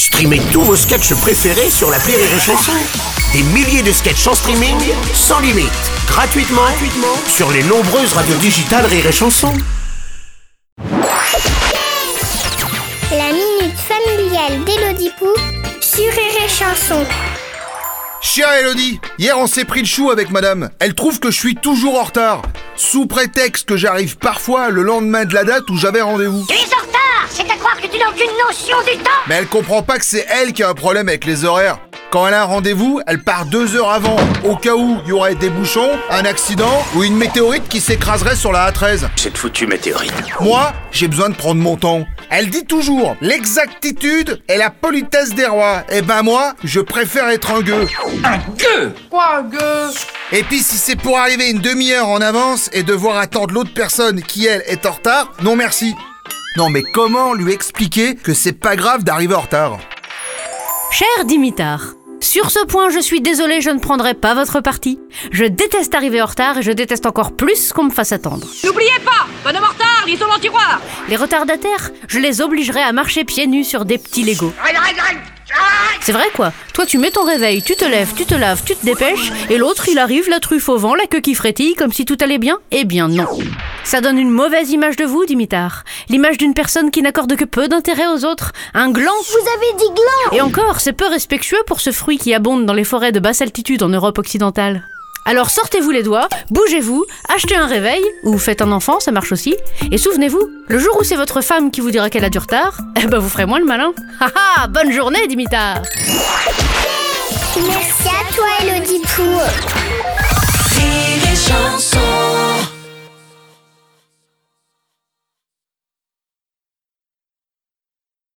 Streamez tous vos sketchs préférés sur l'appli Rire et Chanson. Des milliers de sketchs en streaming, sans limite, gratuitement sur les nombreuses radios digitales Rire et Chanson. La minute familiale d'Élodie Pou sur Rire et Chanson. Chère Élodie, hier on s'est pris le chou avec madame. Elle trouve que je suis toujours en retard, sous prétexte que j'arrive parfois le lendemain de la date où j'avais rendez-vous. Tu es en retard, c'est à croire que tu n'as aucune notion du temps. Mais elle comprend pas que c'est elle qui a un problème avec les horaires. Quand elle a un rendez-vous, elle part 2 heures avant, au cas où il y aurait des bouchons, un accident ou une météorite qui s'écraserait sur la A13. Cette foutue météorite. Moi, j'ai besoin de prendre mon temps. Elle dit toujours, l'exactitude est la politesse des rois. Et ben moi, je préfère être un gueux. Un gueux? Quoi un gueux? Et puis si c'est pour arriver une demi-heure en avance et devoir attendre l'autre personne qui, elle, est en retard, non merci. Non mais comment lui expliquer que c'est pas grave d'arriver en retard? Cher Dimitar, sur ce point, je suis désolée, je ne prendrai pas votre parti. Je déteste arriver en retard et je déteste encore plus qu'on me fasse attendre. N'oubliez pas, bonhomme en retard, ils sont dans le tiroir. Les retardataires, je les obligerai à marcher pieds nus sur des petits Legos. C'est vrai quoi, toi tu mets ton réveil, tu te lèves, tu te laves, tu te dépêches, et l'autre il arrive, la truffe au vent, la queue qui frétille, comme si tout allait bien. Eh bien non. Ça donne une mauvaise image de vous, Dimitar. L'image d'une personne qui n'accorde que peu d'intérêt aux autres. Un gland. Vous avez dit gland. Et encore, c'est peu respectueux pour ce fruit qui abonde dans les forêts de basse altitude en Europe occidentale. Alors sortez-vous les doigts, bougez-vous, achetez un réveil, ou faites un enfant, ça marche aussi. Et souvenez-vous, le jour où c'est votre femme qui vous dira qu'elle a du retard, eh ben vous ferez moins le malin. Haha, bonne journée, Dimitar. Merci à toi, Élodie Pou. Rire et Chanson.